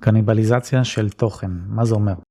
קניבליזציה של תוכן, מה זה אומר?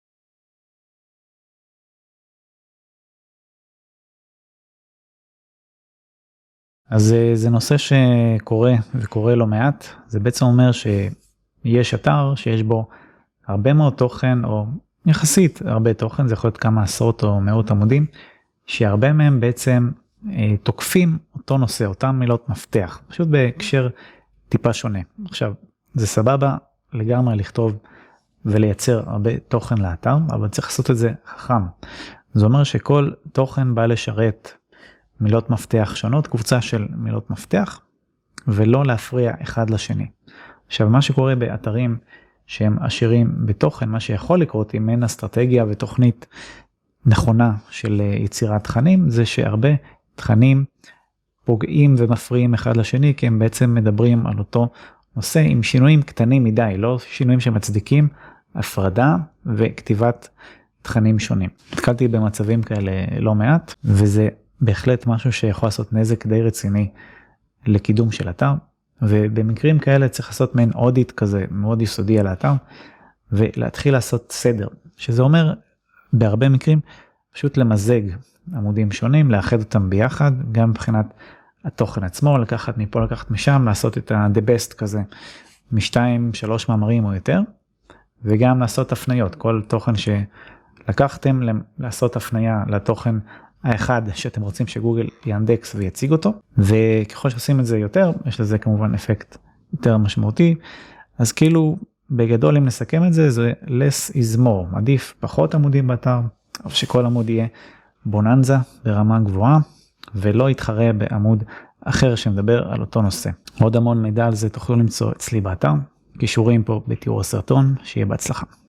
אז זה נושא שקורה וקורה לא מעט, זה בעצם אומר שיש אתר שיש בו הרבה מאוד תוכן, או יחסית הרבה תוכן, זה יכול להיות כמה עשרות או מאות עמודים, שהרבה מהם בעצם תוקפים אותו נושא, אותם מילות מפתח, פשוט בהקשר טיפה שונה. עכשיו, זה סבבה לגמרי לכתוב ולייצר הרבה תוכן לאתר, אבל צריך לעשות את זה חכם. זה אומר שכל תוכן בא לשרת מילות מפתח שונות, קבוצה של מילות מפתח, ולא להפריע אחד לשני. עכשיו, מה שקורה באתרים שהם עשירים בתוכן, מה שיכול לקרות אם אין אסטרטגיה ותוכנית נכונה של יצירת תכנים, זה שהרבה תכנים פוגעים ומפריעים אחד לשני, כי הם בעצם מדברים על אותו נושא עם שינויים קטנים מדי, לא שינויים שמצדיקים הפרדה וכתיבת תכנים שונים. התקלתי במצבים כאלה לא מעט, וזה בהחלט משהו שיכול לעשות נזק די רציני לקידום של אתר, ובמקרים כאלה צריך לעשות מעין אודיט כזה מאוד יסודי על האתר, ולהתחיל לעשות סדר, שזה אומר בהרבה מקרים פשוט למזג עמודים שונים, לאחד אותם ביחד, גם מבחינת התוכן עצמו, לקחת מפה, לקחת משם, לעשות את ה-the best כזה, משתיים, שלוש מאמרים או יותר, וגם לעשות הפניות, כל תוכן שלקחתם, לעשות הפניה לתוכן האחד שאתם רוצים שגוגל ינדקס ויציג אותו, וככל שעושים את זה יותר, יש לזה כמובן אפקט יותר משמעותי, אז כאילו בגדול אם נסכם את זה, זה less is more, עדיף פחות עמודים באתר, אבל שכל עמוד יהיה בוננזה ברמה גבוהה, ולא יתחרה בעמוד אחר שמדבר על אותו נושא. עוד המון מידע על זה תוכלו למצוא אצלי באתר, קישורים פה בתיאור הסרטון, שיהיה בהצלחה.